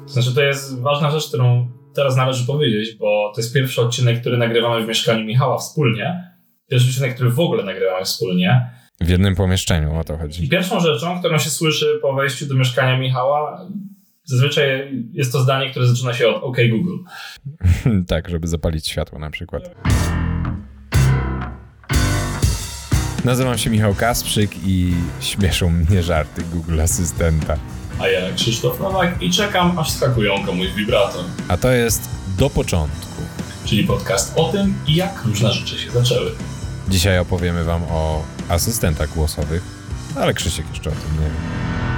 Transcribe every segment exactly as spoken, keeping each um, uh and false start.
Znaczy to jest ważna rzecz, którą teraz należy powiedzieć, bo to jest pierwszy odcinek, który nagrywamy w mieszkaniu Michała wspólnie. Pierwszy odcinek, który w ogóle nagrywamy wspólnie. W jednym pomieszczeniu, o to chodzi. I pierwszą rzeczą, którą się słyszy po wejściu do mieszkania Michała, zazwyczaj jest to zdanie, które zaczyna się od OK Google. Tak, żeby zapalić światło na przykład. Nazywam się Michał Kasprzyk i śmieszą mnie żarty Google Asystenta. A ja Krzysztof Nowak i czekam, aż skakują komuś wibrator. A to jest Do Początku. Czyli podcast o tym, jak różne rzeczy się zaczęły. Dzisiaj opowiemy wam o asystentach głosowych, ale Krzysiek jeszcze o tym nie wie.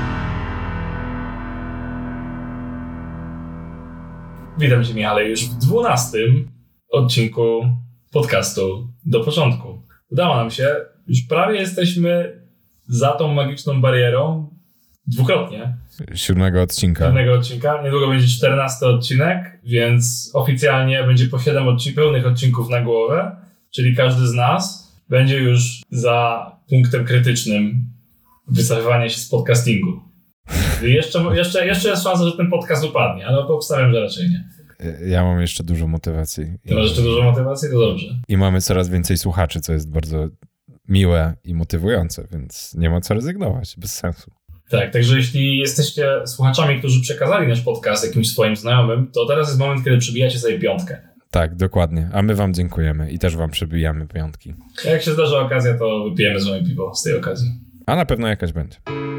Witam cię, Michale, już w dwunastym odcinku podcastu Do Początku. Udało nam się, już prawie jesteśmy za tą magiczną barierą dwukrotnie. Siódmego odcinka. Siódmego odcinka. Niedługo będzie czternasty odcinek, więc oficjalnie będzie po siedem odcink- pełnych odcinków na głowę, czyli każdy z nas będzie już za punktem krytycznym wycofywania się z podcastingu. Jeszcze, jeszcze, jeszcze jest szansa, że ten podcast upadnie, ale obstawiam, że raczej nie. Ja mam jeszcze dużo motywacji. Ty masz jeszcze dużo motywacji? To dobrze. I mamy coraz więcej słuchaczy, co jest bardzo miłe i motywujące, więc nie ma co rezygnować, bez sensu. Tak, także jeśli jesteście słuchaczami, którzy przekazali nasz podcast jakimś swoim znajomym, to teraz jest moment, kiedy przybijacie sobie piątkę. Tak, dokładnie. A my wam dziękujemy i też wam przybijamy piątki. A jak się zdarzy okazja, to wypijemy z wami piwo z tej okazji. A na pewno jakaś będzie.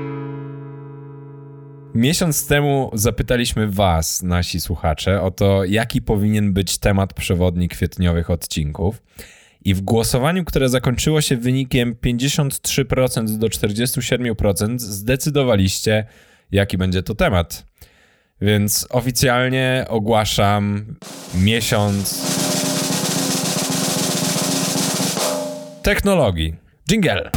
Miesiąc temu zapytaliśmy was, nasi słuchacze, o to, jaki powinien być temat przewodni kwietniowych odcinków. I w głosowaniu, które zakończyło się wynikiem pięćdziesiąt trzy procent do czterdzieści siedem procent, zdecydowaliście, jaki będzie to temat. Więc oficjalnie ogłaszam miesiąc technologii. Jingle.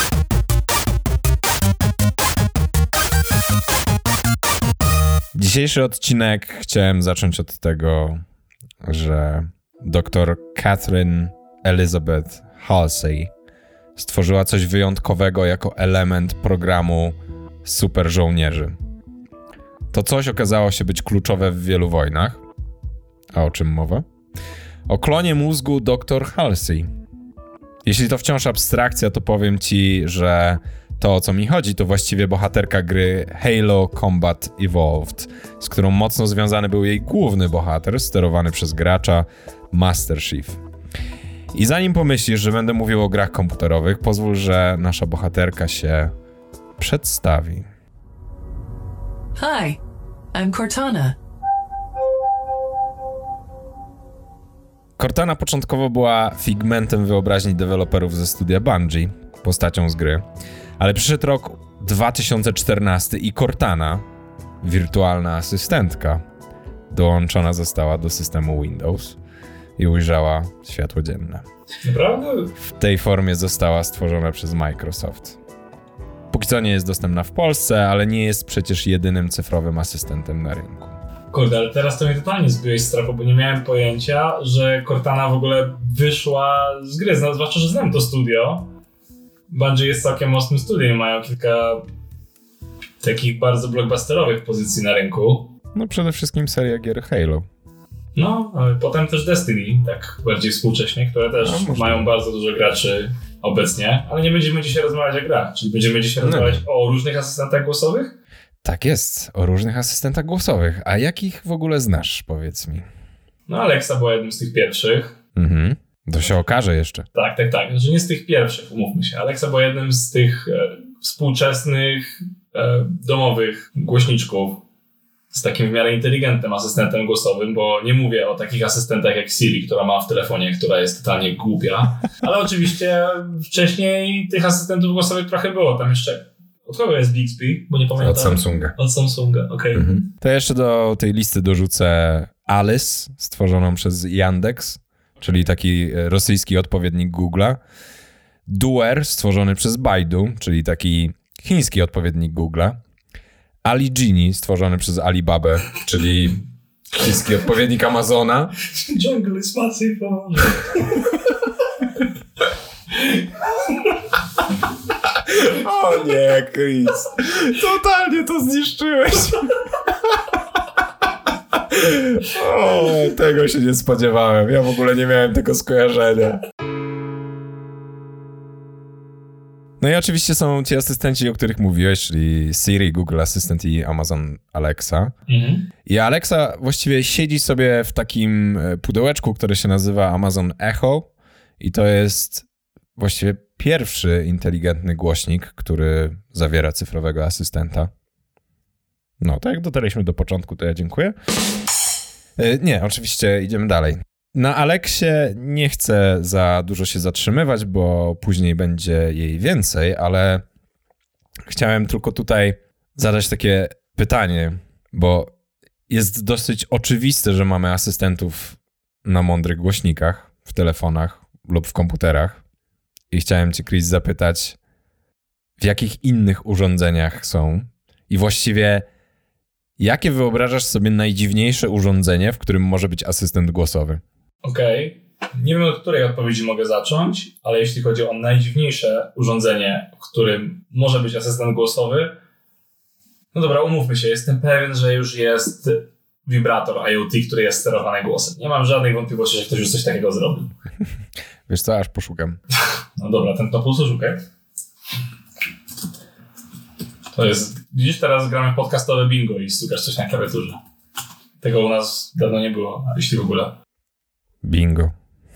Dzisiejszy odcinek chciałem zacząć od tego, że doktor Catherine Elizabeth Halsey stworzyła coś wyjątkowego jako element programu super żołnierzy. To coś okazało się być kluczowe w wielu wojnach. A o czym mowa? O klonie mózgu doktor Halsey. Jeśli to wciąż abstrakcja, to powiem ci, że to, o co mi chodzi, to właściwie bohaterka gry Halo Combat Evolved, z którą mocno związany był jej główny bohater, sterowany przez gracza Master Chief. I zanim pomyślisz, że będę mówił o grach komputerowych, pozwól, że nasza bohaterka się przedstawi. Hi, I'm Cortana. Cortana początkowo była figmentem wyobraźni deweloperów ze studia Bungie, postacią z gry, ale przyszedł rok dwa tysiące czternasty i Cortana, wirtualna asystentka, dołączona została do systemu Windows i ujrzała światło dzienne. Naprawdę? W tej formie została stworzona przez Microsoft. Póki co nie jest dostępna w Polsce, ale nie jest przecież jedynym cyfrowym asystentem na rynku. Kurde, ale teraz to mnie totalnie zbiłeś z strachu, bo nie miałem pojęcia, że Cortana w ogóle wyszła z gry, zwłaszcza, że znam to studio. Bungie jest całkiem mocnym studiem, mają kilka takich bardzo blockbusterowych pozycji na rynku. No przede wszystkim seria gier Halo. No, ale potem też Destiny, tak bardziej współcześnie, które też no, mają bardzo dużo graczy obecnie, ale nie będziemy dzisiaj rozmawiać o grach, czyli będziemy dzisiaj no. rozmawiać o różnych asystentach głosowych? Tak jest, o różnych asystentach głosowych. A jakich w ogóle znasz, powiedz mi? No Alexa była jednym z tych pierwszych. Mhm, to się okaże jeszcze. Tak, tak, tak, znaczy nie z tych pierwszych, umówmy się. Alexa była jednym z tych e, współczesnych e, domowych głośniczków z takim w miarę inteligentnym asystentem głosowym, bo nie mówię o takich asystentach jak Siri, która ma w telefonie, która jest totalnie głupia, ale oczywiście wcześniej tych asystentów głosowych trochę było. Tam jeszcze od kogo jest Bixby? Bo nie pamiętam. Od Samsunga. Od Samsunga, okej. Okay. Mhm. To jeszcze do tej listy dorzucę Alice, stworzoną przez Yandex, czyli taki rosyjski odpowiednik Google'a. Duer, stworzony przez Baidu, czyli taki chiński odpowiednik Google'a. Ali Genie, stworzony przez Alibabę, czyli chiński odpowiednik Amazona. Jungle is massive. O nie, Chris. Totalnie to zniszczyłeś. O, tego się nie spodziewałem. Ja w ogóle nie miałem tego skojarzenia. No i oczywiście są ci asystenci, o których mówiłeś, czyli Siri, Google Assistant i Amazon Alexa. Mhm. I Alexa właściwie siedzi sobie w takim pudełeczku, które się nazywa Amazon Echo i to jest właściwie pierwszy inteligentny głośnik, który zawiera cyfrowego asystenta. No, to jak dotarliśmy do początku, to ja dziękuję. Nie, oczywiście idziemy dalej. Na Alexie nie chcę za dużo się zatrzymywać, bo później będzie jej więcej, ale chciałem tylko tutaj zadać takie pytanie, bo jest dosyć oczywiste, że mamy asystentów na mądrych głośnikach, w telefonach lub w komputerach. I chciałem cię, Chris, zapytać, w jakich innych urządzeniach są i właściwie jakie wyobrażasz sobie najdziwniejsze urządzenie, w którym może być asystent głosowy? Okej. Okay. Nie wiem, od której odpowiedzi mogę zacząć, ale jeśli chodzi o najdziwniejsze urządzenie, w którym może być asystent głosowy, no dobra, umówmy się, jestem pewien, że już jest wibrator I O T, który jest sterowany głosem. Nie mam żadnych wątpliwości, że ktoś już coś takiego zrobił. Wiesz co, aż poszukam. No dobra, ten to pulsu szukaj. To jest, widzisz, teraz gramy podcastowe bingo i stukasz coś na klawiaturze. Tego u nas dawno nie było, a jeśli w ogóle. Bingo.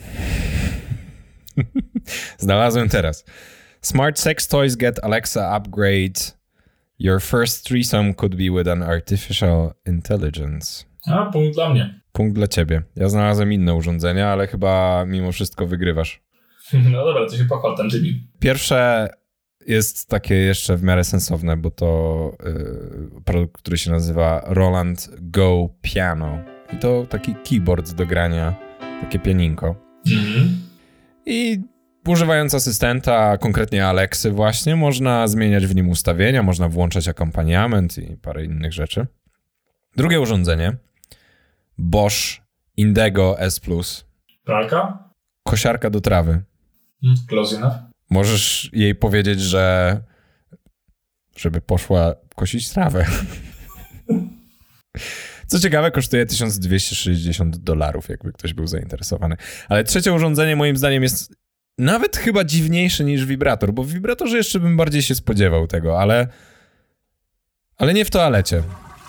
Znalazłem teraz. Smart sex toys get Alexa upgrade. Your first threesome could be with an artificial intelligence. A, punkt dla mnie. Punkt dla ciebie. Ja znalazłem inne urządzenia, ale chyba mimo wszystko wygrywasz. No dobra, to się pochwal ten tymi. Pierwsze jest takie jeszcze w miarę sensowne, bo to yy, produkt, który się nazywa Roland Go Piano. I to taki keyboard do grania, takie pianinko. Mm-hmm. I używając asystenta, konkretnie Alexy właśnie, można zmieniać w nim ustawienia, można włączać akompaniament i parę innych rzeczy. Drugie urządzenie, Bosch Indego S plus. Pralka? Kosiarka do trawy. Mm, close enough. Możesz jej powiedzieć, że żeby poszła kosić trawę. Co ciekawe, kosztuje tysiąc dwieście sześćdziesiąt dolarów, jakby ktoś był zainteresowany. Ale trzecie urządzenie moim zdaniem jest nawet chyba dziwniejsze niż wibrator, bo w wibratorze jeszcze bym bardziej się spodziewał tego, ale ale nie w toalecie.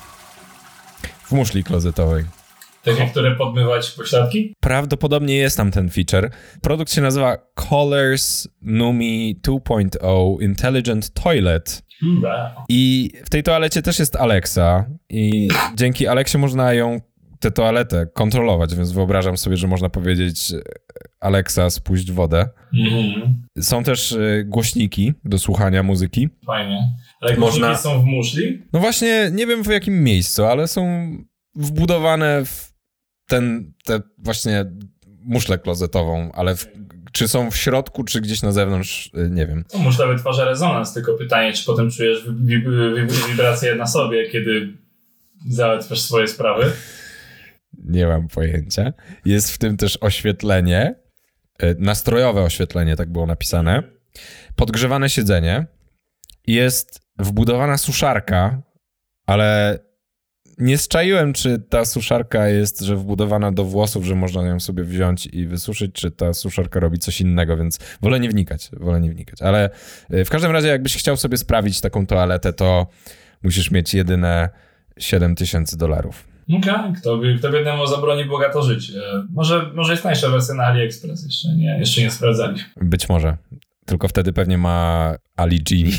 W muszli klozetowej. Takie, które podmywać pośladki? Prawdopodobnie jest tam ten feature. Produkt się nazywa Colors Numi dwa zero Intelligent Toilet. Wow. I w tej toalecie też jest Alexa i dzięki Alexie można ją, tę toaletę kontrolować, więc wyobrażam sobie, że można powiedzieć Alexa, spuść wodę. Mm-hmm. Są też głośniki do słuchania muzyki. Fajnie. Ale głośniki można... są w muszli? No właśnie, nie wiem w jakim miejscu, ale są wbudowane w ten, tę właśnie muszlę klozetową, ale w, czy są w środku, czy gdzieś na zewnątrz, nie wiem. No, muszla wytwarza rezonans, tylko pytanie, czy potem czujesz wi- wi- wi- wibrację na sobie, kiedy załatwiasz swoje sprawy? Nie mam pojęcia. Jest w tym też oświetlenie, nastrojowe oświetlenie, tak było napisane, podgrzewane siedzenie, jest wbudowana suszarka, ale nie zczaiłem, czy ta suszarka jest, że wbudowana do włosów, że można ją sobie wziąć i wysuszyć, czy ta suszarka robi coś innego, więc wolę nie wnikać, wolę nie wnikać. Ale w każdym razie, jakbyś chciał sobie sprawić taką toaletę, to musisz mieć jedyne siedem tysięcy dolarów. Okej, okay. kto, by, kto biednemu zabroni bogato żyć. Może, może jest tańsza wersja na AliExpress, jeszcze nie, jeszcze nie sprawdzaliśmy. Być może, tylko wtedy pewnie ma Ali Genie.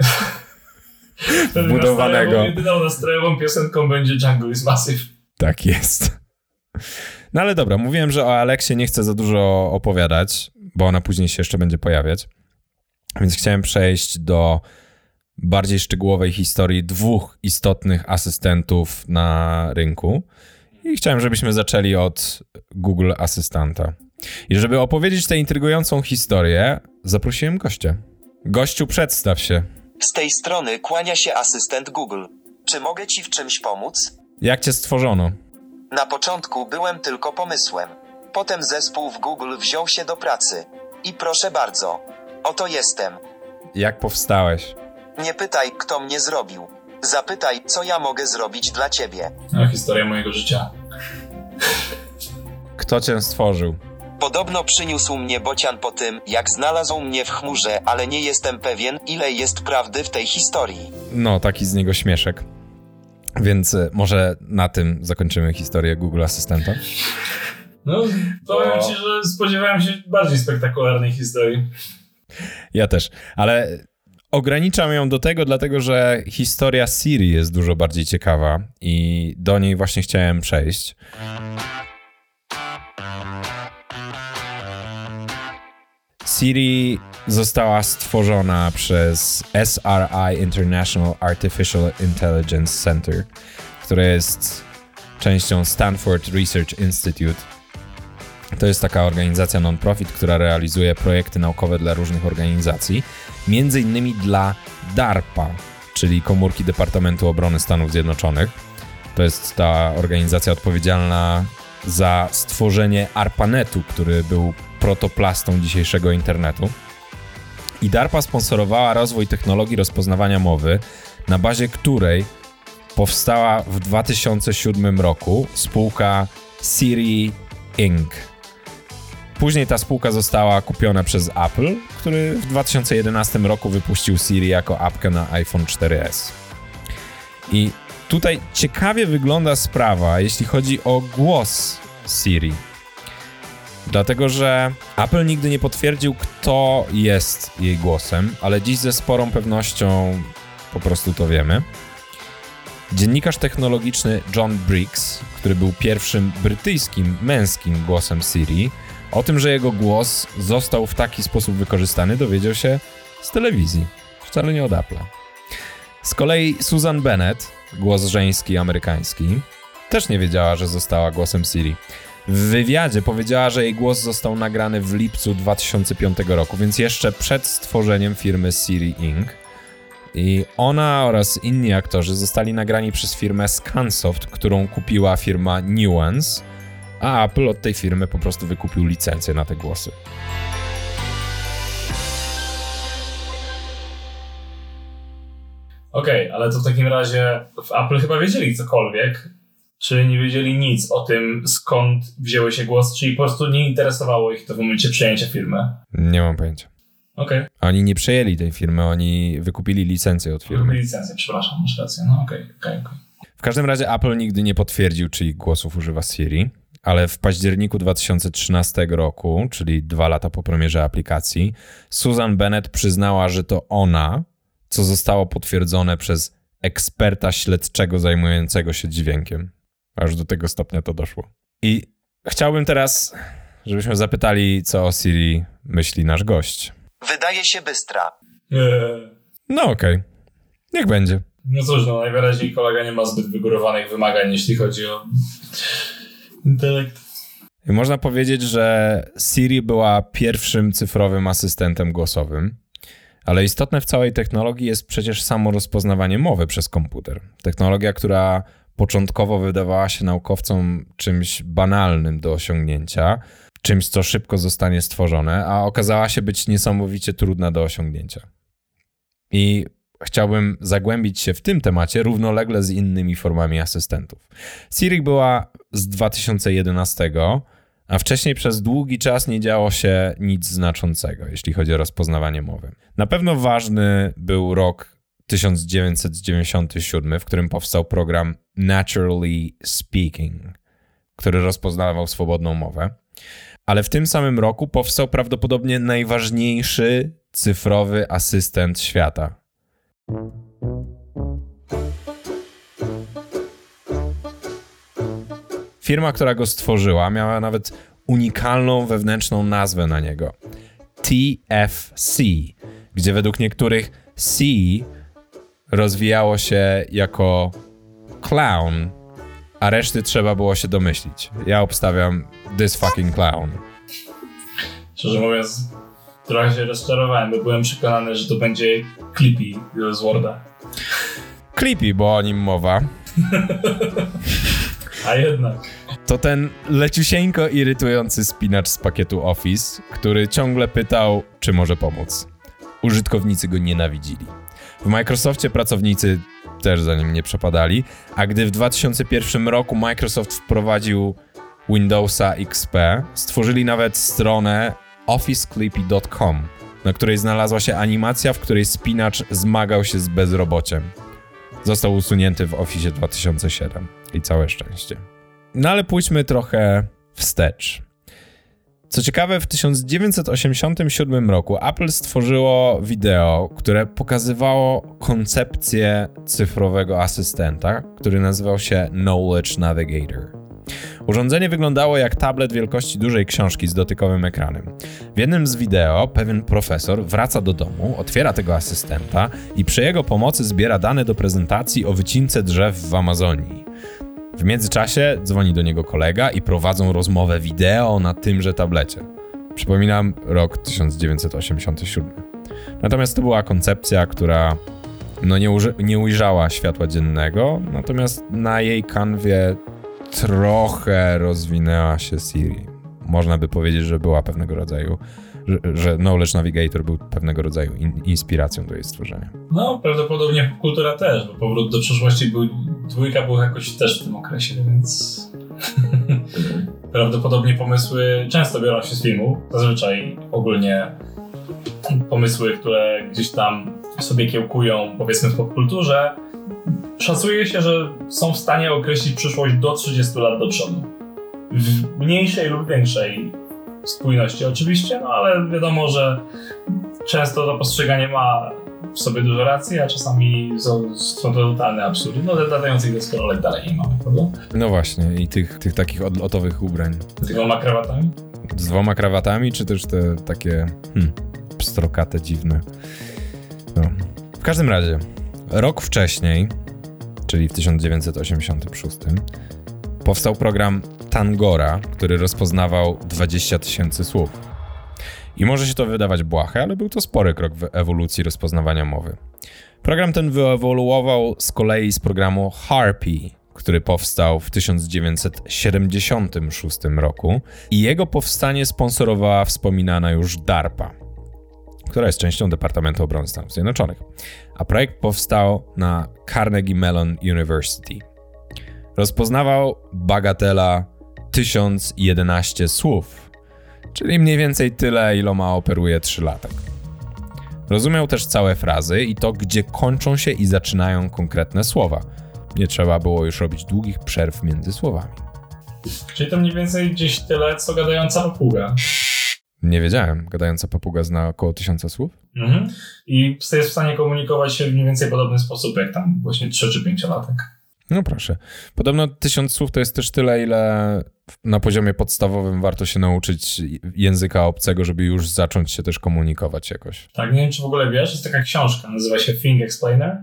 Wbudowanego. Nastrojową, jedyną nastrojową piosenką będzie Jungle is Massive. Tak jest. No ale dobra, mówiłem, że o Alexie nie chcę za dużo opowiadać, bo ona później się jeszcze będzie pojawiać. Więc chciałem przejść do bardziej szczegółowej historii dwóch istotnych asystentów na rynku. I chciałem, żebyśmy zaczęli od Google Asystanta. I żeby opowiedzieć tę intrygującą historię, zaprosiłem gościa. Gościu, przedstaw się. Z tej strony kłania się asystent Google. Czy mogę ci w czymś pomóc? Jak cię stworzono? Na początku byłem tylko pomysłem. Potem zespół w Google wziął się do pracy. I proszę bardzo. Oto jestem. Jak powstałeś? Nie pytaj, kto mnie zrobił. Zapytaj, co ja mogę zrobić dla ciebie. No, historia mojego życia. Kto cię stworzył? Podobno przyniósł mnie bocian po tym, jak znalazł mnie w chmurze, ale nie jestem pewien, ile jest prawdy w tej historii. No, taki z niego śmieszek. Więc y, może na tym zakończymy historię Google Asystenta. No, powiem ci, że spodziewałem się bardziej spektakularnej historii. Ja też, ale ograniczam ją do tego, dlatego że historia Siri jest dużo bardziej ciekawa i do niej właśnie chciałem przejść. Siri została stworzona przez S R I International Artificial Intelligence Center, które jest częścią Stanford Research Institute. To jest taka organizacja non-profit, która realizuje projekty naukowe dla różnych organizacji, między innymi dla DARPA, czyli komórki Departamentu Obrony Stanów Zjednoczonych. To jest ta organizacja odpowiedzialna za stworzenie ARPANETu, który był protoplastą dzisiejszego internetu. I DARPA sponsorowała rozwój technologii rozpoznawania mowy, na bazie której powstała w dwa tysiące siódmym roku spółka Siri Incorporated. Później ta spółka została kupiona przez Apple, który w dwa tysiące jedenastym roku wypuścił Siri jako apkę na iPhone cztery S. I tutaj ciekawie wygląda sprawa, jeśli chodzi o głos Siri. Dlatego, że Apple nigdy nie potwierdził, kto jest jej głosem, ale dziś ze sporą pewnością po prostu to wiemy. Dziennikarz technologiczny John Briggs, który był pierwszym brytyjskim, męskim głosem Siri, o tym, że jego głos został w taki sposób wykorzystany, dowiedział się z telewizji, wcale nie od Apple'a. Z kolei Susan Bennett, głos żeński amerykański, też nie wiedziała, że została głosem Siri. W wywiadzie powiedziała, że jej głos został nagrany w lipcu dwa tysiące piątego roku, więc jeszcze przed stworzeniem firmy Siri Incorporated. I ona oraz inni aktorzy zostali nagrani przez firmę Scansoft, którą kupiła firma Nuance, a Apple od tej firmy po prostu wykupił licencję na te głosy. Okej, okay, ale to w takim razie w Apple chyba wiedzieli cokolwiek, czy nie wiedzieli nic o tym, skąd wzięły się głosy, czyli po prostu nie interesowało ich to w momencie przejęcia firmy? Nie mam pojęcia. Okej. Okay. Oni nie przejęli tej firmy, oni wykupili licencję od firmy. Wykupili licencję, przepraszam, masz rację. No okej, okay, okej, okay, okej. Okay. W każdym razie Apple nigdy nie potwierdził, czyich głosów używa Siri, ale w październiku dwa tysiące trzynastego roku, czyli dwa lata po premierze aplikacji, Susan Bennett przyznała, że to ona, co zostało potwierdzone przez eksperta śledczego zajmującego się dźwiękiem. Aż do tego stopnia to doszło. I chciałbym teraz, żebyśmy zapytali, co o Siri myśli nasz gość. Wydaje się bystra. Eee. No okej, okay. Niech będzie. No cóż, no najwyraźniej kolega nie ma zbyt wygórowanych wymagań, jeśli chodzi o intelekt. I można powiedzieć, że Siri była pierwszym cyfrowym asystentem głosowym, ale istotne w całej technologii jest przecież samo rozpoznawanie mowy przez komputer. Technologia, która początkowo wydawała się naukowcom czymś banalnym do osiągnięcia, czymś, co szybko zostanie stworzone, a okazała się być niesamowicie trudna do osiągnięcia. I chciałbym zagłębić się w tym temacie równolegle z innymi formami asystentów. Siri była z dwa tysiące jedenastego, a wcześniej przez długi czas nie działo się nic znaczącego, jeśli chodzi o rozpoznawanie mowy. Na pewno ważny był rok tysiąc dziewięćset dziewięćdziesiąty siódmy, w którym powstał program Naturally Speaking, który rozpoznawał swobodną mowę. Ale w tym samym roku powstał prawdopodobnie najważniejszy cyfrowy asystent świata. Firma, która go stworzyła, miała nawet unikalną wewnętrzną nazwę na niego. T F C, gdzie według niektórych C rozwijało się jako clown, a reszty trzeba było się domyślić. Ja obstawiam this fucking clown. Szczerze mówiąc, trochę się rozczarowałem, bo byłem przekonany, że to będzie Clippy z Worda. Clippy, bo o nim mowa. A jednak. To ten leciusieńko irytujący spinacz z pakietu Office, który ciągle pytał, czy może pomóc. Użytkownicy go nienawidzili. W Microsoftie pracownicy też za nim nie przepadali, a gdy w dwa tysiące pierwszym roku Microsoft wprowadził Windowsa X P stworzyli nawet stronę office clippy kropka com, na której znalazła się animacja, w której spinacz zmagał się z bezrobociem. Został usunięty w Office dwa tysiące siedem i całe szczęście. No ale pójdźmy trochę wstecz. Co ciekawe, w tysiąc dziewięćset osiemdziesiątym siódmym roku Apple stworzyło wideo, które pokazywało koncepcję cyfrowego asystenta, który nazywał się Knowledge Navigator. Urządzenie wyglądało jak tablet wielkości dużej książki z dotykowym ekranem. W jednym z wideo pewien profesor wraca do domu, otwiera tego asystenta i przy jego pomocy zbiera dane do prezentacji o wycince drzew w Amazonii. W międzyczasie dzwoni do niego kolega i prowadzą rozmowę wideo na tymże tablecie. Przypominam, rok tysiąc dziewięćset osiemdziesiąty siódmy. Natomiast to była koncepcja, która no nie, uży- nie ujrzała światła dziennego, natomiast na jej kanwie trochę rozwinęła się Siri. Można by powiedzieć, że była pewnego rodzaju, że, że Knowledge Navigator był pewnego rodzaju in, inspiracją do jej stworzenia. No, prawdopodobnie popkultura też, bo Powrót do przyszłości był, dwójka był jakoś też w tym okresie, więc prawdopodobnie pomysły często biorą się z filmu. Zazwyczaj ogólnie pomysły, które gdzieś tam sobie kiełkują, powiedzmy, w popkulturze, szacuje się, że są w stanie określić przyszłość do trzydziestu lat do przodu. W mniejszej lub większej spójności oczywiście, no ale wiadomo, że często to postrzeganie ma w sobie dużo racji, a czasami są, są to totalne absurdy. No latających deskorolek dalej nie mamy, prawda? No właśnie, i tych, tych takich odlotowych ubrań. Z dwoma krawatami? Z dwoma krawatami, czy też te takie hmm, pstrokate, dziwne. No. W każdym razie, rok wcześniej, czyli w tysiąc dziewięćset osiemdziesiątym szóstym, powstał program Tangora, który rozpoznawał dwadzieścia tysięcy słów. I może się to wydawać błahe, ale był to spory krok w ewolucji rozpoznawania mowy. Program ten wyewoluował z kolei z programu Harpy, który powstał w tysiąc dziewięćset siedemdziesiątym szóstym roku i jego powstanie sponsorowała wspominana już DARPA, która jest częścią Departamentu Obrony Stanów Zjednoczonych, a projekt powstał na Carnegie Mellon University. Rozpoznawał bagatela tysiąc jedenaście słów, czyli mniej więcej tyle, iloma operuje trzylatek. Rozumiał też całe frazy i to, gdzie kończą się i zaczynają konkretne słowa. Nie trzeba było już robić długich przerw między słowami. Czyli to mniej więcej gdzieś tyle, co gadająca papuga. Nie wiedziałem, gadająca papuga zna około tysiąca słów? Mhm. I jest w stanie komunikować się w mniej więcej podobny sposób, jak tam właśnie trzy czy pięciolatek. No proszę. Podobno tysiąc słów to jest też tyle, ile na poziomie podstawowym warto się nauczyć języka obcego, żeby już zacząć się też komunikować jakoś. Tak, nie wiem, czy w ogóle wiesz, jest taka książka, nazywa się Thing Explainer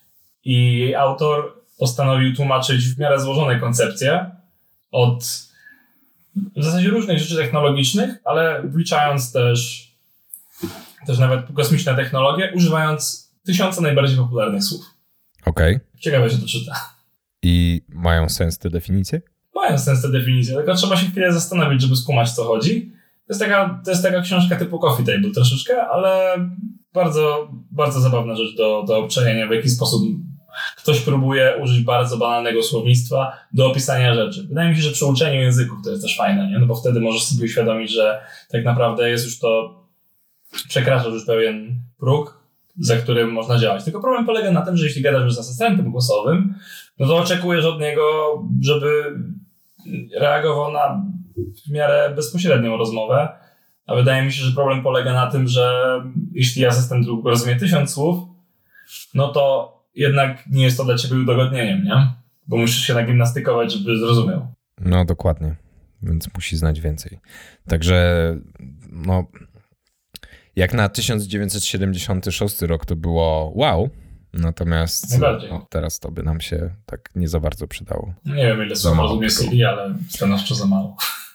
i jej autor postanowił tłumaczyć w miarę złożone koncepcje od w zasadzie różnych rzeczy technologicznych, ale wliczając też też nawet kosmiczne technologie, używając tysiąca najbardziej popularnych słów. Okej. Okay. Ciekawe się to czyta. I mają sens te definicje? Mają sens te definicje, tylko trzeba się chwilę zastanowić, żeby skumać, co chodzi. To jest taka, to jest taka książka typu Coffee Table troszeczkę, ale bardzo, bardzo zabawna rzecz do, do obczajenia, w jaki sposób ktoś próbuje użyć bardzo banalnego słownictwa do opisania rzeczy. Wydaje mi się, że przy uczeniu języków to jest też fajne, nie? No bo wtedy możesz sobie uświadomić, że tak naprawdę jest już to, przekraczasz już pewien próg, za którym można działać. Tylko problem polega na tym, że jeśli gadasz już z asystentem głosowym, no to oczekujesz od niego, żeby reagował na w miarę bezpośrednią rozmowę, a wydaje mi się, że problem polega na tym, że jeśli asystent rozumie tysiąc słów, no to jednak nie jest to dla ciebie udogodnieniem, nie? Bo musisz się nagimnastykować, żeby zrozumiał. No dokładnie, więc musi znać więcej. Także no... Jak na tysiąc dziewięćset siedemdziesiąty szósty rok to było wow, natomiast no, teraz to by nam się tak nie za bardzo przydało. Nie wiem, ile słów rozumie Siri, ale stanowczo za mało.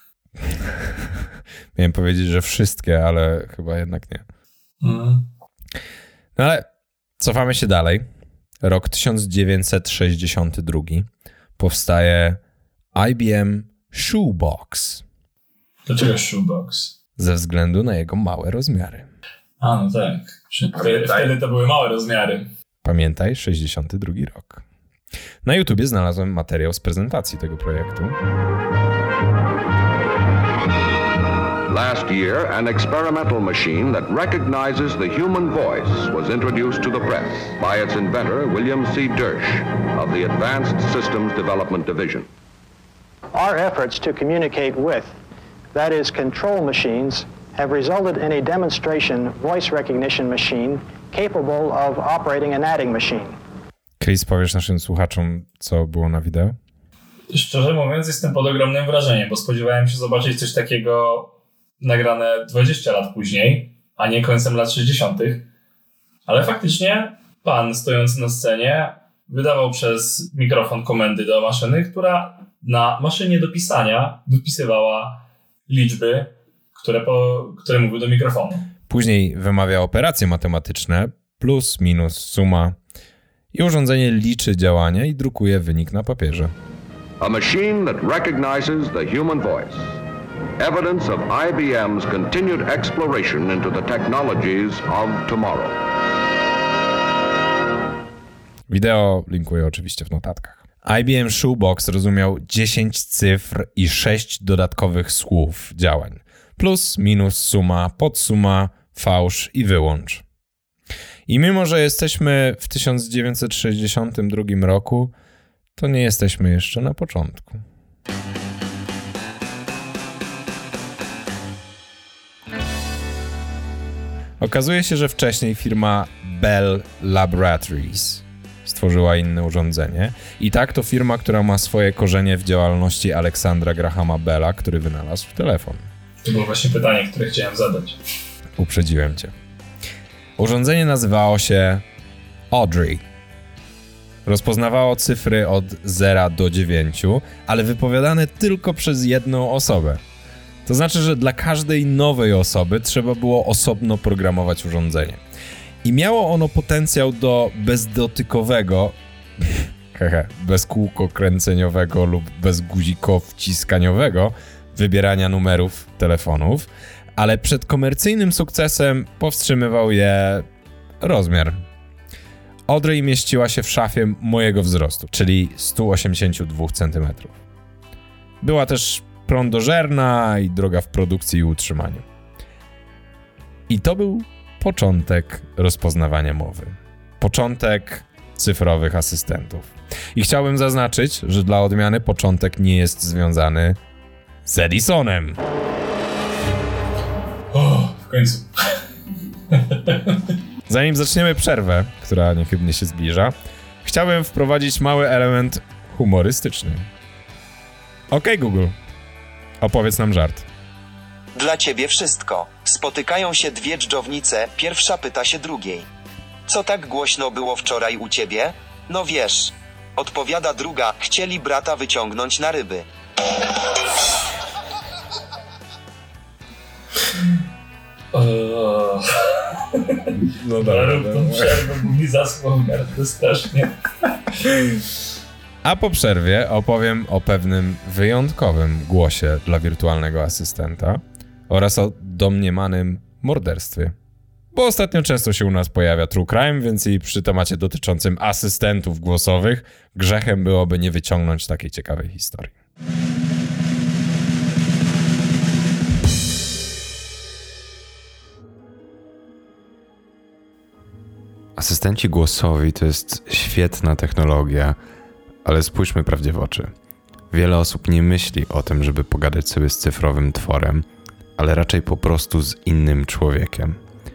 Miałem powiedzieć, że wszystkie, ale chyba jednak nie. Mm. No ale cofamy się dalej. Rok tysiąc dziewięćset sześćdziesiąty drugi. Powstaje I B M Shoebox. Dlaczego Shoebox? Ze względu na jego małe rozmiary. A, no tak. Wtedy, wtedy to były małe rozmiary. Pamiętaj, sześćdziesiąty drugi rok. Na YouTubie znalazłem materiał z prezentacji tego projektu. Last year, an experimental machine that recognizes the human voice was introduced to the press by its inventor, William C. Dersch, of the Advanced Systems Development Division. Our efforts to communicate with, that is, control machines, have resulted in a demonstration voice recognition machine capable of operating an adding machine. Chris, powiesz naszym słuchaczom, co było na wideo? Szczerze mówiąc, jestem pod ogromnym wrażeniem, bo spodziewałem się zobaczyć coś takiego nagrane dwadzieścia lat później, a nie końcem lat sześćdziesiątych. Ale faktycznie pan stojący na scenie wydawał przez mikrofon komendy do maszyny, która na maszynie do pisania wypisywała liczby, które, po, które mówił do mikrofonu. Później wymawia operacje matematyczne, plus, minus, suma i urządzenie liczy działania i drukuje wynik na papierze. A machine that recognizes the human voice. Evidence of I B M's continued exploration into the technologies of tomorrow. Wideo linkuję oczywiście w notatkach. I B M Shoebox rozumiał dziesięć cyfr i sześć dodatkowych słów działań. Plus, minus, suma, podsuma, fałsz i wyłącz. I mimo, że jesteśmy w tysiąc dziewięćset sześćdziesiątym drugim roku, to nie jesteśmy jeszcze na początku. Okazuje się, że wcześniej firma Bell Laboratories stworzyła inne urządzenie i tak to firma, która ma swoje korzenie w działalności Aleksandra Grahama Bella, który wynalazł telefon. To było właśnie pytanie, które chciałem zadać. Uprzedziłem cię. Urządzenie nazywało się Audrey. Rozpoznawało cyfry od zera do dziewięciu, ale wypowiadane tylko przez jedną osobę. To znaczy, że dla każdej nowej osoby trzeba było osobno programować urządzenie. I miało ono potencjał do bezdotykowego, hehe, bezkółkokręceniowego lub bezguzikowciskaniowego wybierania numerów telefonów, ale przed komercyjnym sukcesem powstrzymywał je rozmiar. Audrey mieściła się w szafie mojego wzrostu, czyli sto osiemdziesiąt dwa centymetry. Była też prądożerna i droga w produkcji i utrzymaniu. I to był początek rozpoznawania mowy. Początek cyfrowych asystentów. I chciałbym zaznaczyć, że dla odmiany początek nie jest związany z Edisonem. O, w końcu. Zanim zaczniemy przerwę, która niechybnie się zbliża, chciałbym wprowadzić mały element humorystyczny. Okej, Google, opowiedz nam żart. Dla ciebie wszystko. Spotykają się dwie dżdżownice, pierwsza pyta się drugiej. Co tak głośno było wczoraj u ciebie? No wiesz. Odpowiada druga, chcieli brata wyciągnąć na ryby. O... No dobra, rób tą przerwę, bo mi zasłał gardło strasznie. A po przerwie opowiem o pewnym wyjątkowym głosie dla wirtualnego asystenta oraz o domniemanym morderstwie. Bo ostatnio często się u nas pojawia true crime, więc i przy temacie dotyczącym asystentów głosowych grzechem byłoby nie wyciągnąć takiej ciekawej historii. Asystenci głosowi to jest świetna technologia, ale spójrzmy prawdzie w oczy. Wiele osób nie myśli o tym, żeby pogadać sobie z cyfrowym tworem, ale raczej po prostu z innym człowiekiem.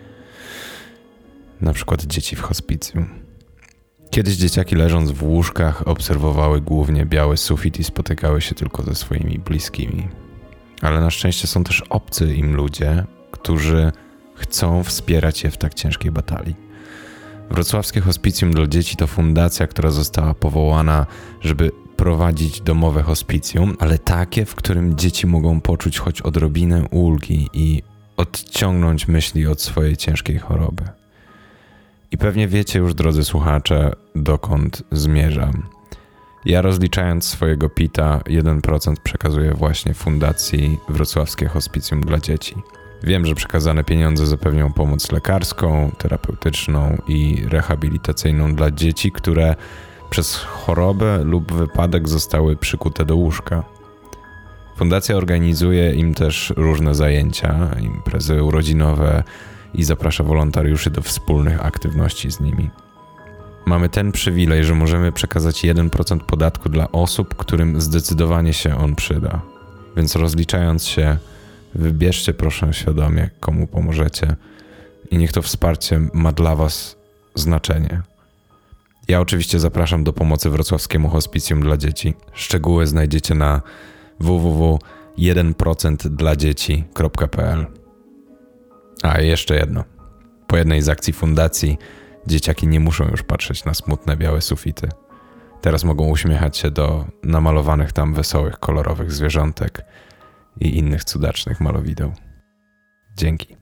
Na przykład dzieci w hospicjum. Kiedyś dzieciaki leżąc w łóżkach obserwowały głównie biały sufit i spotykały się tylko ze swoimi bliskimi. Ale na szczęście są też obcy im ludzie, którzy chcą wspierać je w tak ciężkiej batalii. Wrocławskie Hospicjum dla Dzieci to fundacja, która została powołana, żeby prowadzić domowe hospicjum, ale takie, w którym dzieci mogą poczuć choć odrobinę ulgi i odciągnąć myśli od swojej ciężkiej choroby. I pewnie wiecie już, drodzy słuchacze, dokąd zmierzam. Ja, rozliczając swojego pita, jeden procent przekazuję właśnie Fundacji Wrocławskie Hospicjum dla Dzieci. Wiem, że przekazane pieniądze zapewnią pomoc lekarską, terapeutyczną i rehabilitacyjną dla dzieci, które przez chorobę lub wypadek zostały przykute do łóżka. Fundacja organizuje im też różne zajęcia, imprezy urodzinowe i zaprasza wolontariuszy do wspólnych aktywności z nimi. Mamy ten przywilej, że możemy przekazać jeden procent podatku dla osób, którym zdecydowanie się on przyda. Więc rozliczając się, wybierzcie proszę świadomie, komu pomożecie i niech to wsparcie ma dla was znaczenie. Ja oczywiście zapraszam do pomocy Wrocławskiemu Hospicjum dla Dzieci. Szczegóły znajdziecie na w w w kropka jeden procent dla dzieci kropka p l. A, i jeszcze jedno. Po jednej z akcji fundacji dzieciaki nie muszą już patrzeć na smutne białe sufity. Teraz mogą uśmiechać się do namalowanych tam wesołych, kolorowych zwierzątek i innych cudacznych malowideł. Dzięki.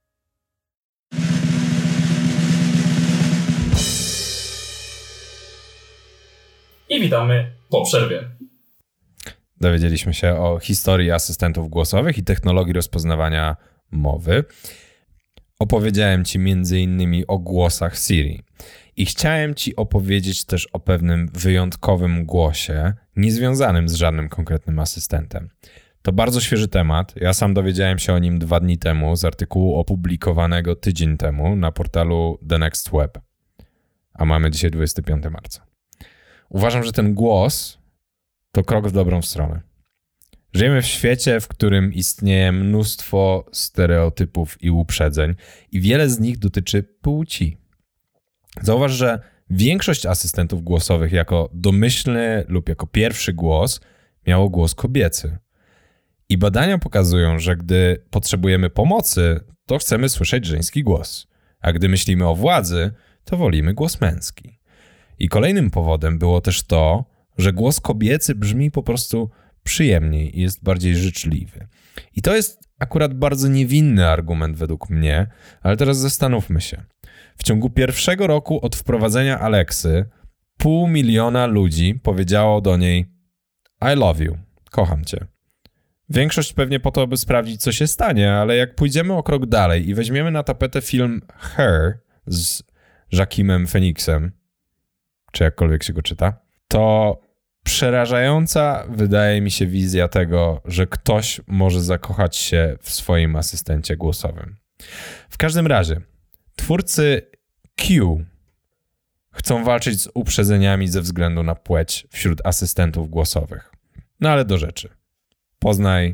I witamy po przerwie. Dowiedzieliśmy się o historii asystentów głosowych i technologii rozpoznawania mowy. Opowiedziałem ci między innymi o głosach Siri. I chciałem ci opowiedzieć też o pewnym wyjątkowym głosie, niezwiązanym z żadnym konkretnym asystentem. To bardzo świeży temat. Ja sam dowiedziałem się o nim dwa dni temu z artykułu opublikowanego tydzień temu na portalu The Next Web. A mamy dzisiaj dwudziestego piątego marca. Uważam, że ten głos to krok w dobrą stronę. Żyjemy w świecie, w którym istnieje mnóstwo stereotypów i uprzedzeń i wiele z nich dotyczy płci. Zauważ, że większość asystentów głosowych jako domyślny lub jako pierwszy głos miało głos kobiecy. I badania pokazują, że gdy potrzebujemy pomocy, to chcemy słyszeć żeński głos, a gdy myślimy o władzy, to wolimy głos męski. I kolejnym powodem było też to, że głos kobiecy brzmi po prostu przyjemniej i jest bardziej życzliwy. I to jest akurat bardzo niewinny argument według mnie, ale teraz zastanówmy się. W ciągu pierwszego roku od wprowadzenia Alexy pół miliona ludzi powiedziało do niej I love you, kocham cię. Większość pewnie po to, by sprawdzić, co się stanie, ale jak pójdziemy o krok dalej i weźmiemy na tapetę film Her z Joaquinem Phoenixem, czy jakkolwiek się go czyta, to przerażająca wydaje mi się wizja tego, że ktoś może zakochać się w swoim asystencie głosowym. W każdym razie, twórcy Q chcą walczyć z uprzedzeniami ze względu na płeć wśród asystentów głosowych. No ale do rzeczy. Poznaj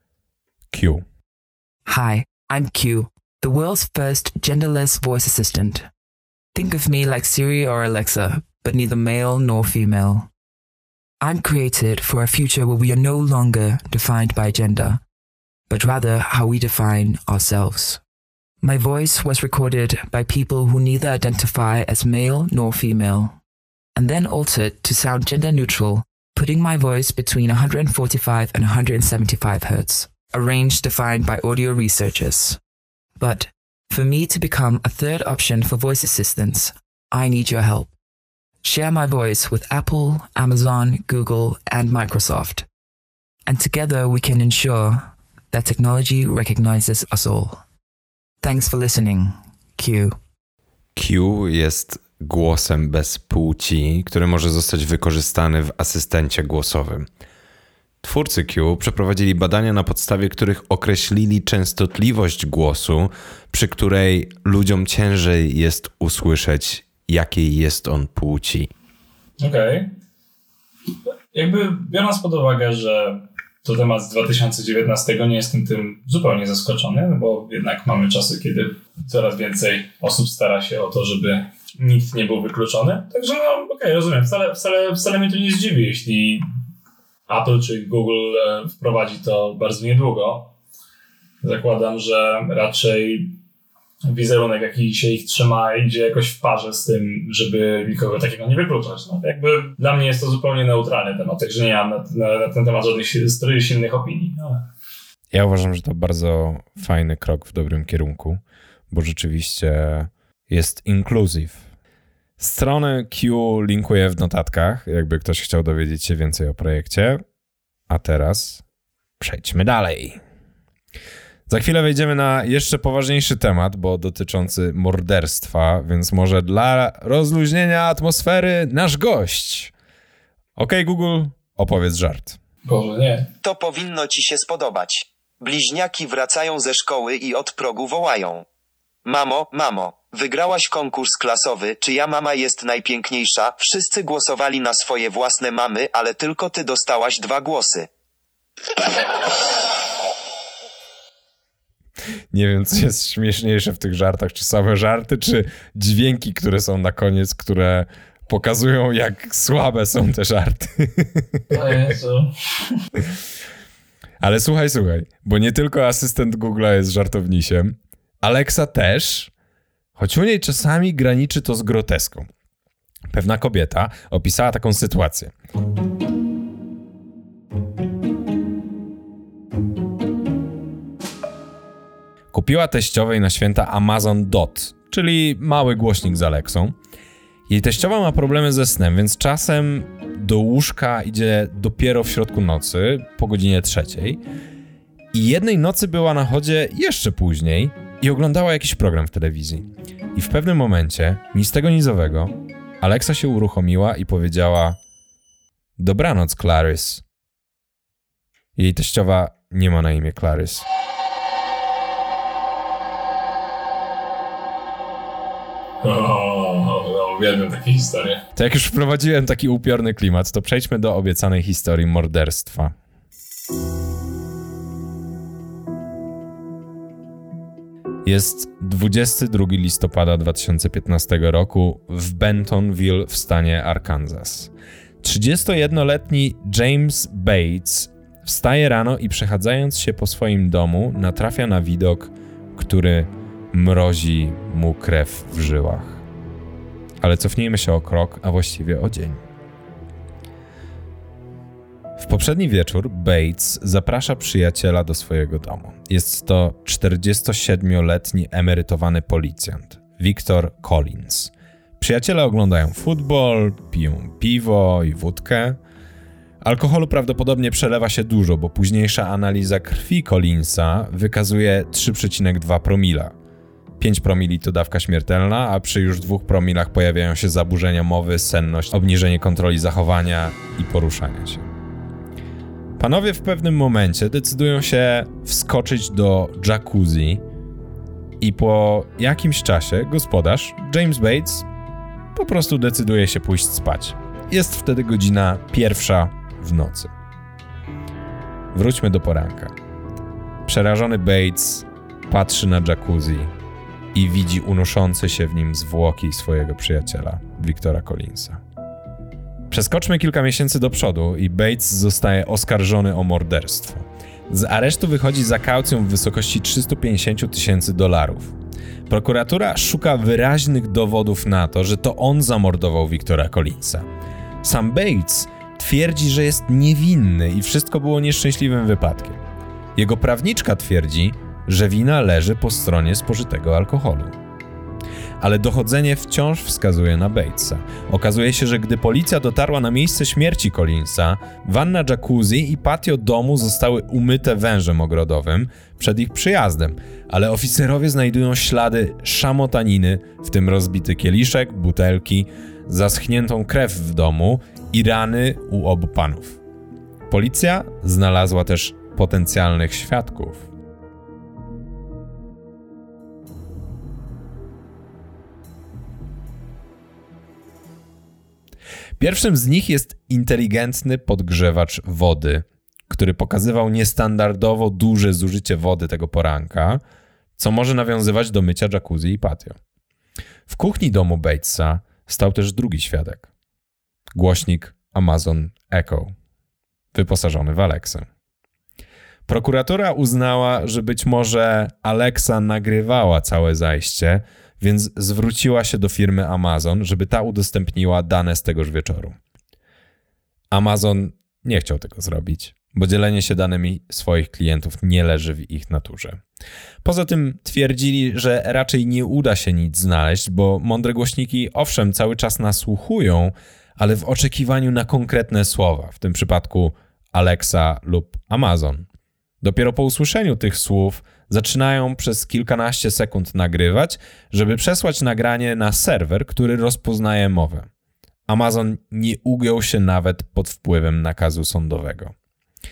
Q. Hi, I'm Q, the world's first genderless voice assistant. Think of me like Siri or Alexa, but neither male nor female. I'm created for a future where we are no longer defined by gender, but rather how we define ourselves. My voice was recorded by people who neither identify as male nor female, and then altered to sound gender neutral, putting my voice between one hundred forty-five and one hundred seventy-five hertz, a range defined by audio researchers. But for me to become a third option for voice assistants, I need your help. Share my voice with Apple, Amazon, Google, and Microsoft. And together we can ensure that technology recognizes us all. Thanks for listening, Q. Q jest głosem bez płci, który może zostać wykorzystany w asystencie głosowym. Twórcy Q przeprowadzili badania, na podstawie których określili częstotliwość głosu, przy której ludziom ciężej jest usłyszeć, jakiej jest on płci. Okej. Okay. Jakby biorąc pod uwagę, że to temat z dwa tysiące dziewiętnastego, nie jestem tym zupełnie zaskoczony, no bo jednak mamy czasy, kiedy coraz więcej osób stara się o to, żeby nikt nie był wykluczony. Także no okej, okay, rozumiem. Wcale, wcale, wcale mnie to nie zdziwi, jeśli Apple czy Google wprowadzi to bardzo niedługo. Zakładam, że raczej wizerunek, jaki się ich trzyma, idzie jakoś w parze z tym, żeby nikogo takiego nie wykluczać. No, jakby dla mnie jest to zupełnie neutralny temat, także nie mam na, na, na ten temat żadnych silnych opinii. No. Ja uważam, że to bardzo fajny krok w dobrym kierunku, bo rzeczywiście jest inclusive. Stronę Q linkuję w notatkach, jakby ktoś chciał dowiedzieć się więcej o projekcie. A teraz przejdźmy dalej. Za chwilę wejdziemy na jeszcze poważniejszy temat, bo dotyczący morderstwa, więc może dla rozluźnienia atmosfery nasz gość. Okej, Google, opowiedz żart. Boże, nie. To powinno ci się spodobać. Bliźniaki wracają ze szkoły i od progu wołają. Mamo, mamo, wygrałaś konkurs klasowy, czyja mama jest najpiękniejsza? Wszyscy głosowali na swoje własne mamy, ale tylko ty dostałaś dwa głosy. Nie wiem, co jest śmieszniejsze w tych żartach, czy same żarty, czy dźwięki, które są na koniec, które pokazują, jak słabe są te żarty. O Jezu. Ale słuchaj, słuchaj, bo nie tylko asystent Google'a jest żartownisiem, Alexa też, choć u niej czasami graniczy to z groteską. Pewna kobieta opisała taką sytuację. Kupiła teściowej na święta Amazon Dot, czyli mały głośnik z Alexą. Jej teściowa ma problemy ze snem, więc czasem do łóżka idzie dopiero w środku nocy, po godzinie trzeciej. I jednej nocy była na chodzie jeszcze później i oglądała jakiś program w telewizji. I w pewnym momencie, ni z tego, ni z owego, Alexa się uruchomiła i powiedziała: dobranoc, Clarys. Jej teściowa nie ma na imię Clarys. O, no, uwielbiam takie historie. To jak już wprowadziłem taki upiorny klimat, to przejdźmy do obiecanej historii morderstwa. Jest dwudziestego drugiego listopada dwa tysiące piętnastego roku w Bentonville w stanie Arkansas. trzydziestojednoletni James Bates wstaje rano i przechadzając się po swoim domu natrafia na widok, który mrozi mu krew w żyłach. Ale cofnijmy się o krok, a właściwie o dzień. W poprzedni wieczór Bates zaprasza przyjaciela do swojego domu. Jest to czterdziestosiedmioletni emerytowany policjant, Victor Collins. Przyjaciele oglądają futbol, piją piwo i wódkę. Alkoholu prawdopodobnie przelewa się dużo, bo późniejsza analiza krwi Collinsa wykazuje trzy przecinek dwa promila. pięć promili to dawka śmiertelna, a przy już dwóch promilach pojawiają się zaburzenia mowy, senność, obniżenie kontroli zachowania i poruszania się. Panowie w pewnym momencie decydują się wskoczyć do jacuzzi i po jakimś czasie gospodarz, James Bates, po prostu decyduje się pójść spać. Jest wtedy godzina pierwsza w nocy. Wróćmy do poranka. Przerażony Bates patrzy na jacuzzi i widzi unoszące się w nim zwłoki swojego przyjaciela, Victora Collinsa. Przeskoczmy kilka miesięcy do przodu i Bates zostaje oskarżony o morderstwo. Z aresztu wychodzi za kaucją w wysokości trzysta pięćdziesiąt tysięcy dolarów. Prokuratura szuka wyraźnych dowodów na to, że to on zamordował Victora Collinsa. Sam Bates twierdzi, że jest niewinny i wszystko było nieszczęśliwym wypadkiem. Jego prawniczka twierdzi, że wina leży po stronie spożytego alkoholu. Ale dochodzenie wciąż wskazuje na Batesa. Okazuje się, że gdy policja dotarła na miejsce śmierci Collinsa, wanna jacuzzi i patio domu zostały umyte wężem ogrodowym przed ich przyjazdem, ale oficerowie znajdują ślady szamotaniny, w tym rozbity kieliszek, butelki, zaschniętą krew w domu i rany u obu panów. Policja znalazła też potencjalnych świadków. Pierwszym z nich jest inteligentny podgrzewacz wody, który pokazywał niestandardowo duże zużycie wody tego poranka, co może nawiązywać do mycia jacuzzi i patio. W kuchni domu Batesa stał też drugi świadek. Głośnik Amazon Echo, wyposażony w Alexę. Prokuratura uznała, że być może Alexa nagrywała całe zajście, więc zwróciła się do firmy Amazon, żeby ta udostępniła dane z tegoż wieczoru. Amazon nie chciał tego zrobić, bo dzielenie się danymi swoich klientów nie leży w ich naturze. Poza tym twierdzili, że raczej nie uda się nic znaleźć, bo mądre głośniki owszem cały czas nasłuchują, ale w oczekiwaniu na konkretne słowa, w tym przypadku Alexa lub Amazon. Dopiero po usłyszeniu tych słów zaczynają przez kilkanaście sekund nagrywać, żeby przesłać nagranie na serwer, który rozpoznaje mowę. Amazon nie ugiął się nawet pod wpływem nakazu sądowego.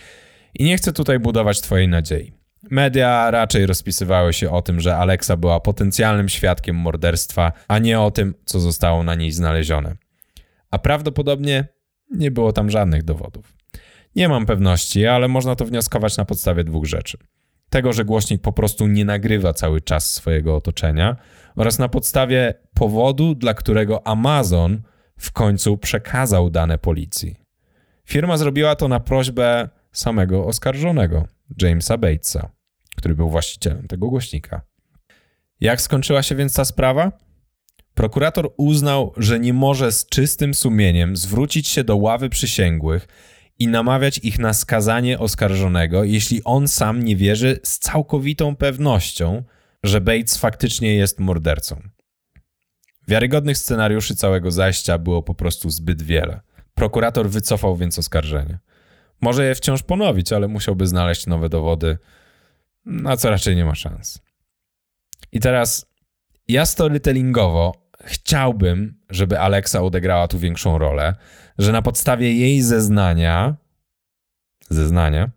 I nie chcę tutaj budować twojej nadziei. Media raczej rozpisywały się o tym, że Alexa była potencjalnym świadkiem morderstwa, a nie o tym, co zostało na niej znalezione. A prawdopodobnie nie było tam żadnych dowodów. Nie mam pewności, ale można to wnioskować na podstawie dwóch rzeczy. Tego, że głośnik po prostu nie nagrywa cały czas swojego otoczenia oraz na podstawie powodu, dla którego Amazon w końcu przekazał dane policji. Firma zrobiła to na prośbę samego oskarżonego, Jamesa Batesa, który był właścicielem tego głośnika. Jak skończyła się więc ta sprawa? Prokurator uznał, że nie może z czystym sumieniem zwrócić się do ławy przysięgłych i namawiać ich na skazanie oskarżonego, jeśli on sam nie wierzy z całkowitą pewnością, że Bates faktycznie jest mordercą. Wiarygodnych scenariuszy całego zajścia było po prostu zbyt wiele. Prokurator wycofał więc oskarżenie. Może je wciąż ponowić, ale musiałby znaleźć nowe dowody, na co raczej nie ma szans. I teraz ja storytellingowo chciałbym, żeby Alexa odegrała tu większą rolę, że na podstawie jej zeznania, zeznania,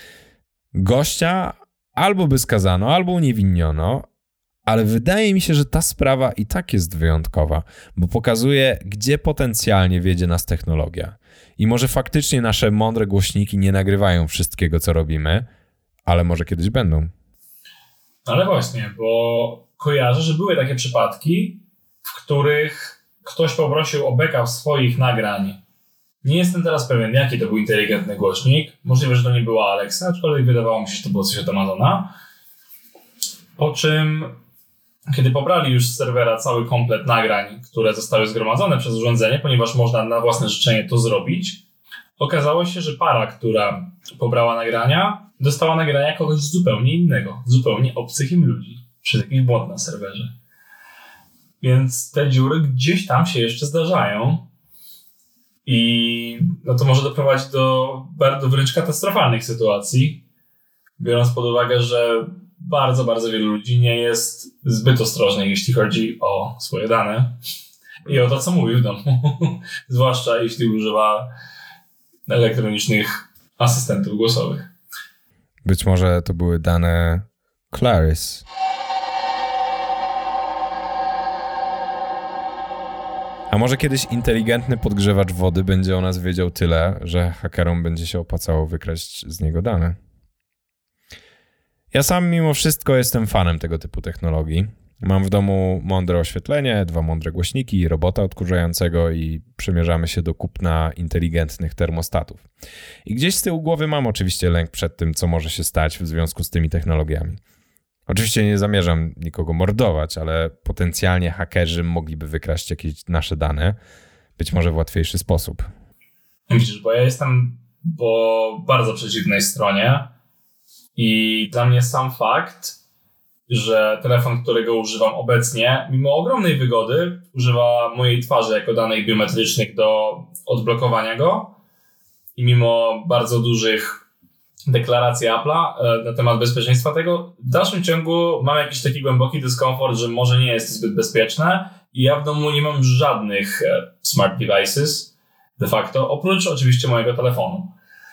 gościa albo by skazano, albo uniewinniono, ale wydaje mi się, że ta sprawa i tak jest wyjątkowa, bo pokazuje, gdzie potencjalnie wiedzie nas technologia. I może faktycznie nasze mądre głośniki nie nagrywają wszystkiego, co robimy, ale może kiedyś będą. Ale właśnie, bo kojarzę, że były takie przypadki, w których ktoś poprosił o backup swoich nagrań. Nie jestem teraz pewien, jaki to był inteligentny głośnik. Możliwe, że to nie była Alexa, aczkolwiek wydawało mi się, że to było coś od Amazona. Po czym, kiedy pobrali już z serwera cały komplet nagrań, które zostały zgromadzone przez urządzenie, ponieważ można na własne życzenie to zrobić, okazało się, że para, która pobrała nagrania, dostała nagrania kogoś zupełnie innego, zupełnie obcych im ludzi, przez jakiś błąd na serwerze. Więc te dziury gdzieś tam się jeszcze zdarzają i no to może doprowadzić do bardzo wręcz katastrofalnych sytuacji, biorąc pod uwagę, że bardzo, bardzo wielu ludzi nie jest zbyt ostrożnych, jeśli chodzi o swoje dane i o to, co mówi w domu. Zwłaszcza jeśli używa elektronicznych asystentów głosowych. Być może to były dane Clarice. A może kiedyś inteligentny podgrzewacz wody będzie o nas wiedział tyle, że hakerom będzie się opłacało wykraść z niego dane. Ja sam mimo wszystko jestem fanem tego typu technologii. Mam w domu mądre oświetlenie, dwa mądre głośniki, robota odkurzającego i przymierzamy się do kupna inteligentnych termostatów. I gdzieś z tyłu głowy mam oczywiście lęk przed tym, co może się stać w związku z tymi technologiami. Oczywiście nie zamierzam nikogo mordować, ale potencjalnie hakerzy mogliby wykraść jakieś nasze dane, być może w łatwiejszy sposób. Widzisz, bo ja jestem po bardzo przeciwnej stronie i dla mnie sam fakt, że telefon, którego używam obecnie, mimo ogromnej wygody, używa mojej twarzy jako danych biometrycznych do odblokowania go i mimo bardzo dużych deklaracji Apple'a na temat bezpieczeństwa tego, w dalszym ciągu mam jakiś taki głęboki dyskomfort, że może nie jest zbyt bezpieczne i ja w domu nie mam żadnych smart devices de facto, oprócz oczywiście mojego telefonu.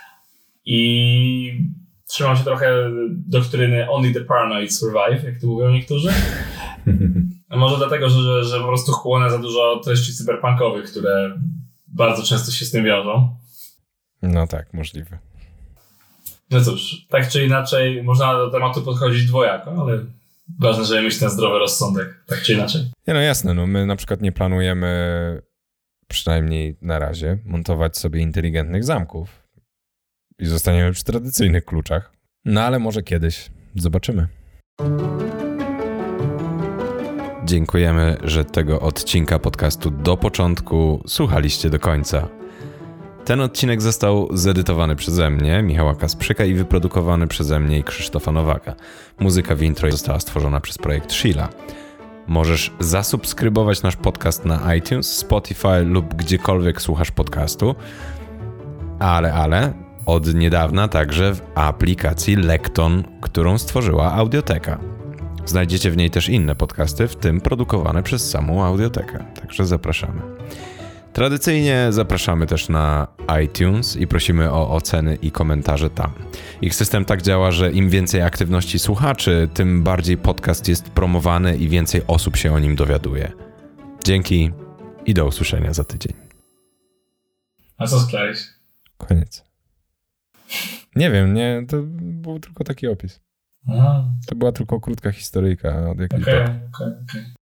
I trzymam się trochę doktryny only the paranoid survive, jak to mówią niektórzy. Może dlatego, że, że, że po prostu chłonę za dużo treści cyberpunkowych, które bardzo często się z tym wiążą. No tak, możliwe. No cóż, tak czy inaczej można do tematu podchodzić dwojako, ale ważne, żeby mieć ten zdrowy rozsądek, tak czy inaczej. Nie, no jasne, no my na przykład nie planujemy, przynajmniej na razie, montować sobie inteligentnych zamków i zostaniemy przy tradycyjnych kluczach. No ale może kiedyś. Zobaczymy. Dziękujemy, że tego odcinka podcastu do początku słuchaliście do końca. Ten odcinek został zedytowany przeze mnie, Michała Kasprzyka, i wyprodukowany przeze mnie i Krzysztofa Nowaka. Muzyka w intro została stworzona przez projekt Sheila. Możesz zasubskrybować nasz podcast na iTunes, Spotify lub gdziekolwiek słuchasz podcastu. Ale, ale, od niedawna także w aplikacji Lekton, którą stworzyła Audioteka. Znajdziecie w niej też inne podcasty, w tym produkowane przez samą Audiotekę. Także zapraszamy. Tradycyjnie zapraszamy też na iTunes i prosimy o oceny i komentarze tam. Ich system tak działa, że im więcej aktywności słuchaczy, tym bardziej podcast jest promowany i więcej osób się o nim dowiaduje. Dzięki i do usłyszenia za tydzień. A co sklejś? Koniec. Nie wiem, nie, to był tylko taki opis. Aha. To była tylko krótka historyjka od jakiejś Okej, okej, okej.